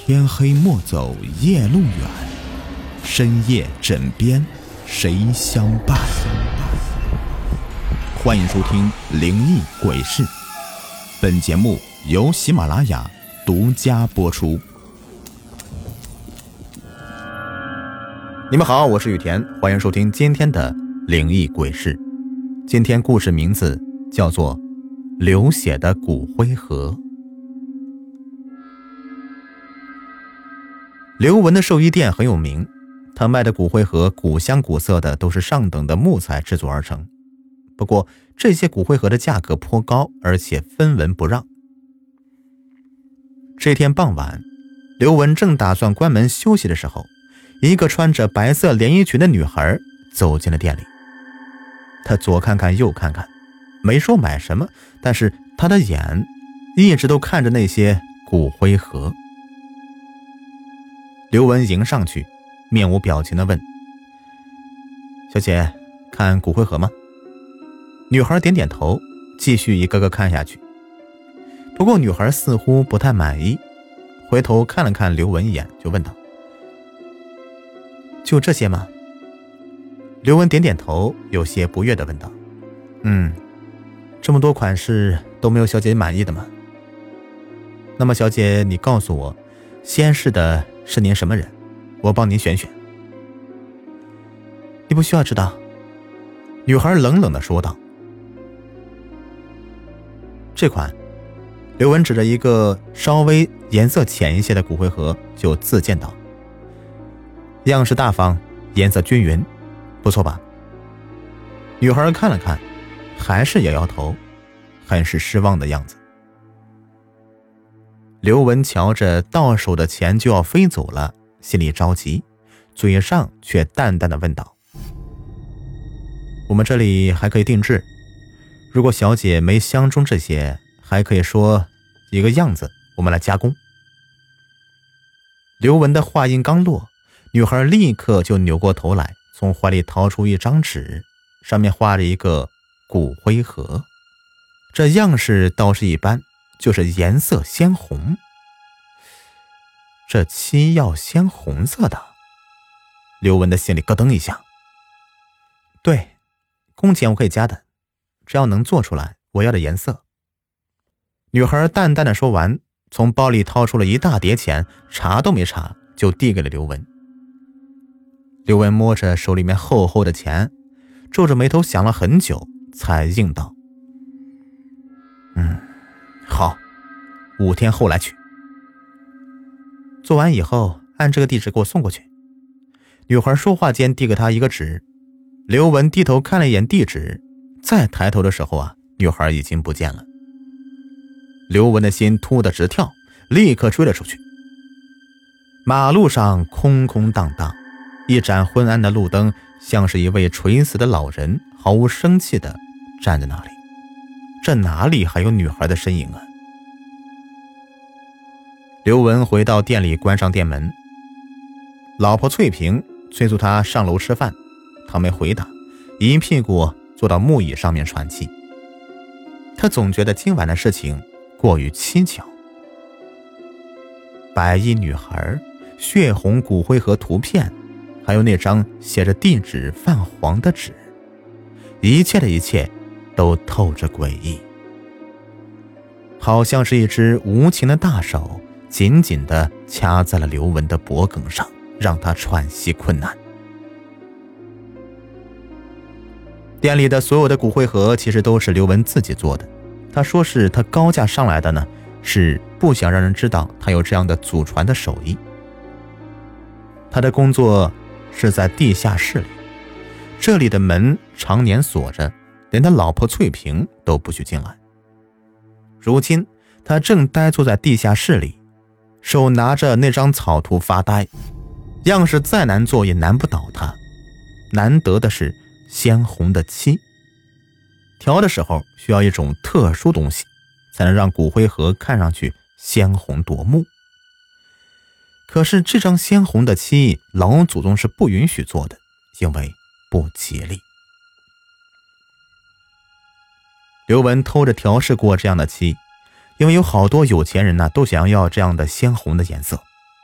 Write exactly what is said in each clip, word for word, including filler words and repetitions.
天黑莫走夜路远，深夜枕边谁相伴？欢迎收听灵异鬼事，本节目由喜马拉雅独家播出。你们好，我是雨田，欢迎收听今天的灵异鬼事。今天故事名字叫做流血的骨灰盒。刘文的寿衣店很有名，他卖的骨灰盒古香古色的，都是上等的木材制作而成。不过这些骨灰盒的价格颇高，而且分文不让。这天傍晚，刘文正打算关门休息的时候，一个穿着白色连衣裙的女孩走进了店里。她左看看右看看，没说买什么，但是她的眼一直都看着那些骨灰盒。刘文迎上去，面无表情地问：小姐，看骨灰盒吗？女孩点点头，继续一个个看下去。不过女孩似乎不太满意，回头看了看刘文一眼，就问道：就这些吗？刘文点点头，有些不悦地问道：嗯，这么多款式都没有小姐满意的吗？那么小姐，你告诉我，先试的是您什么人，我帮您选选。你不需要知道，女孩冷冷地说道。这款，刘文指着一个稍微颜色浅一些的骨灰盒就自荐道，样式大方，颜色均匀，不错吧？女孩看了看，还是摇摇头，很是失望的样子。刘文瞧着到手的钱就要飞走了，心里着急，嘴上却淡淡的问道：我们这里还可以定制，如果小姐没相中这些，还可以说一个样子，我们来加工。刘文的话音刚落，女孩立刻就扭过头来，从怀里掏出一张纸，上面画着一个骨灰盒，这样式倒是一般，就是颜色鲜红。这漆要鲜红色的，刘文的心里咯噔一下。对，工钱我可以加的，只要能做出来我要的颜色。女孩淡淡的说完，从包里掏出了一大叠钱，查都没查就递给了刘文。刘文摸着手里面厚厚的钱，皱着眉头想了很久，才应道：嗯，好，五天后来取。做完以后按这个地址给我送过去。女孩说话间递给他一个纸，刘文低头看了一眼地址，再抬头的时候啊，女孩已经不见了。刘文的心突得直跳，立刻追了出去。马路上空空荡荡，一盏昏暗的路灯像是一位垂死的老人，毫无生气地站在那里。这哪里还有女孩的身影啊？刘文回到店里，关上店门。老婆翠萍催促他上楼吃饭，他没回答，一屁股坐到木椅上面喘气。他总觉得今晚的事情过于蹊跷。白衣女孩、血红骨灰盒图片，还有那张写着地址泛黄的纸，一切的一切都透着诡异，好像是一只无情的大手紧紧地掐在了刘文的脖颈上，让他喘息困难。店里的所有的骨灰盒其实都是刘文自己做的，他说是他高价上来的呢，是不想让人知道他有这样的祖传的手艺。他的工作是在地下室里，这里的门常年锁着，连他老婆翠萍都不许进来。如今他正呆坐在地下室里，手拿着那张草图发呆，样式再难做也难不倒他。难得的是鲜红的漆，调的时候需要一种特殊东西，才能让骨灰盒看上去鲜红夺目。可是这张鲜红的漆，老祖宗是不允许做的，因为不吉利。刘文偷着调试过这样的漆，因为有好多有钱人呢、啊、都想要这样的鲜红的颜色，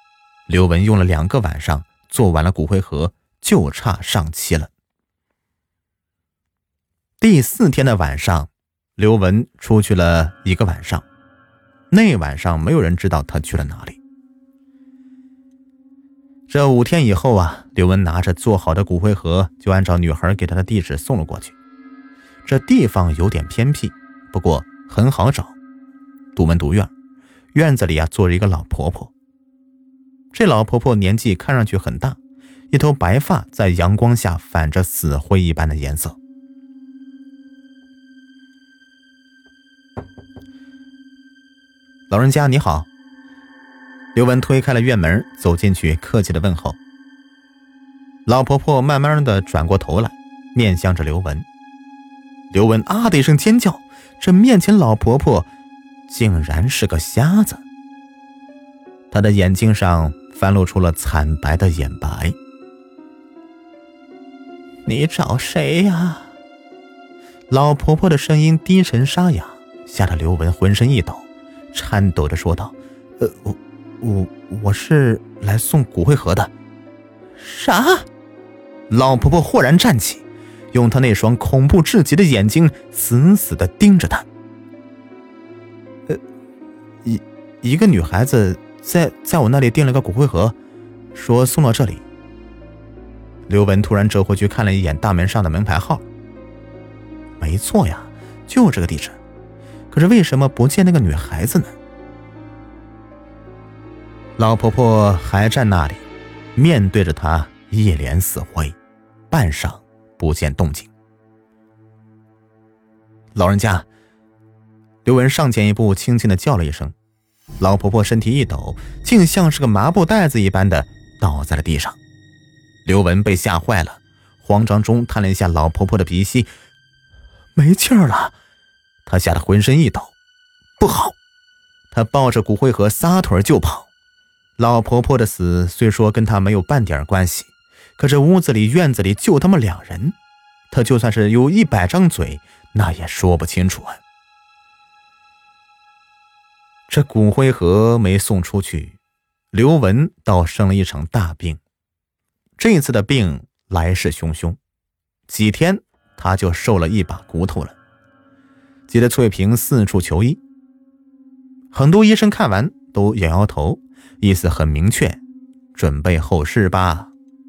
刘文用了两个晚上做完了骨灰盒，就差上漆了。第四天的晚上，刘文出去了一个晚上，那晚上没有人知道他去了哪里。这五天以后啊，刘文拿着做好的骨灰盒，就按照女孩给他的地址送了过去。这地方有点偏僻，不过很好找，独门独院，院子里啊坐着一个老婆婆。这老婆婆年纪看上去很大，一头白发在阳光下反着死灰一般的颜色。老人家你好。刘文推开了院门，走进去，客气的问候。老婆婆慢慢的转过头来，面向着刘文。刘文啊的一声尖叫，这面前老婆婆竟然是个瞎子，她的眼睛上翻露出了惨白的眼白。你找谁呀？老婆婆的声音低沉沙哑，吓得刘文浑身一抖，颤抖着说道：呃，我我我是来送骨灰盒的。啥？老婆婆豁然站起，用她那双恐怖至极的眼睛死死地盯着他。呃，一一个女孩子在在我那里订了个骨灰盒，说送到这里。刘文突然折回去看了一眼大门上的门牌号。没错呀，就这个地址。可是为什么不见那个女孩子呢？老婆婆还站那里，面对着他一脸死灰，半晌不见动静。老人家，刘文上前一步，轻轻地叫了一声。老婆婆身体一抖，竟像是个麻布袋子一般的倒在了地上。刘文被吓坏了，慌张中探了一下老婆婆的鼻息，没气儿了。他吓得浑身一抖，不好！他抱着骨灰盒撒腿就跑。老婆婆的死虽说跟他没有半点关系，可这屋子里院子里就他们两人，他就算是有一百张嘴，那也说不清楚啊。这骨灰盒没送出去，刘文倒生了一场大病。这次的病来势汹汹，几天他就瘦了一把骨头了，急得翠萍四处求医。很多医生看完都摇摇头，意思很明确，准备后事吧。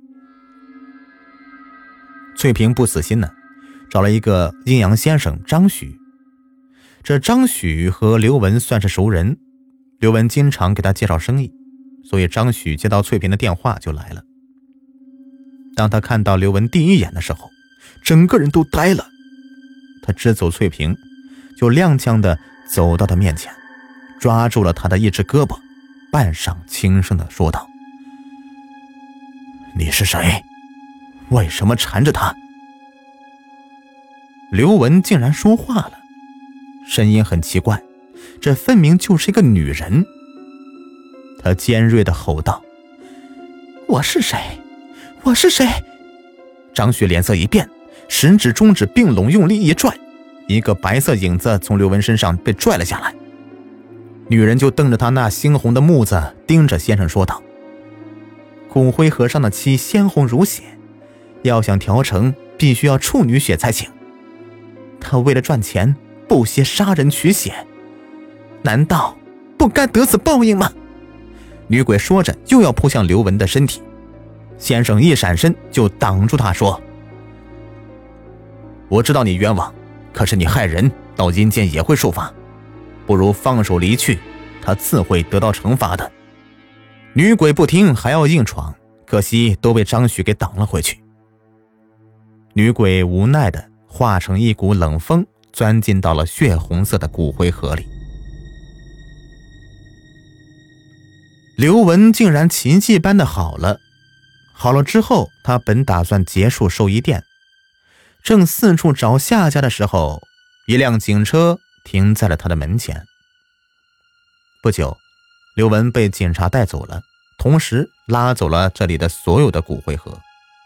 翠萍不死心呢，找了一个阴阳先生张许。这张许和刘文算是熟人，刘文经常给他介绍生意，所以张许接到翠萍的电话就来了。当他看到刘文第一眼的时候，整个人都呆了。他支走翠萍，就踉跄地走到他面前，抓住了他的一只胳膊，半晌轻声地说道：你是谁？为什么缠着他？刘文竟然说话了，声音很奇怪，这分明就是一个女人。他尖锐地吼道：我是谁？我是谁？张雪脸色一变，食指中指并拢，用力一拽，一个白色影子从刘文身上被拽了下来。女人就瞪着他那猩红的目子盯着先生说道：骨灰盒上的漆鲜红如血，要想调成必须要处女血才行。他为了赚钱不惜杀人取血，难道不该得此报应吗？女鬼说着又要扑向刘文的身体，先生一闪身就挡住他说：我知道你冤枉，可是你害人到阴间也会受罚，不如放手离去，他自会得到惩罚的。女鬼不听，还要硬闯，可惜都被张许给挡了回去。女鬼无奈地化成一股冷风，钻进到了血红色的骨灰盒里。刘文竟然奇迹般的好了。好了之后，他本打算结束寿衣店，正四处找下家的时候，一辆警车停在了他的门前。不久，刘文被警察带走了，同时拉走了这里的所有的骨灰盒。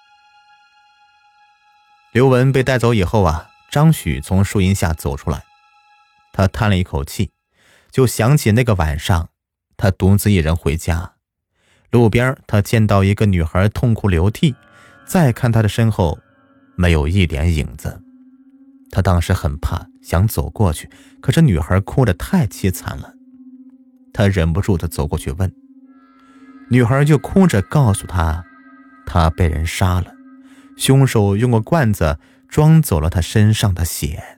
刘文被带走以后啊，张许从树荫下走出来，他叹了一口气，就想起那个晚上他独自一人回家， 路边他见到一个女孩痛哭流涕，再看她的身后没有一点影子。他当时很怕，想走过去，可是女孩哭得太凄惨了。他忍不住地走过去问，女孩就哭着告诉他，她被人杀了，凶手用过罐子装走了她身上的血。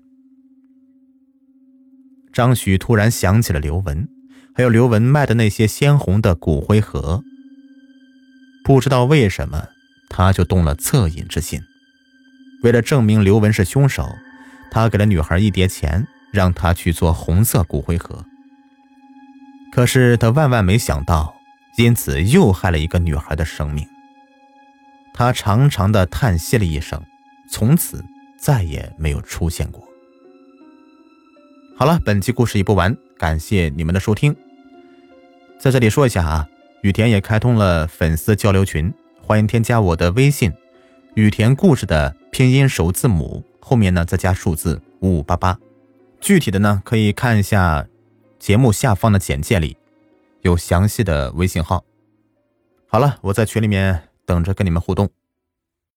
张许突然想起了刘文，还有刘文卖的那些鲜红的骨灰盒，不知道为什么他就动了恻隐之心。为了证明刘文是凶手，他给了女孩一叠钱，让她去做红色骨灰盒。可是他万万没想到，因此又害了一个女孩的生命。他长长的叹息了一声，从此再也没有出现过。好了，本期故事已播完，感谢你们的收听。在这里说一下啊，雨田也开通了粉丝交流群，欢迎添加我的微信，雨田故事的拼音首字母后面呢再加数字五五八八，具体的呢可以看一下节目下方的简介里有详细的微信号。好了，我在群里面等着跟你们互动。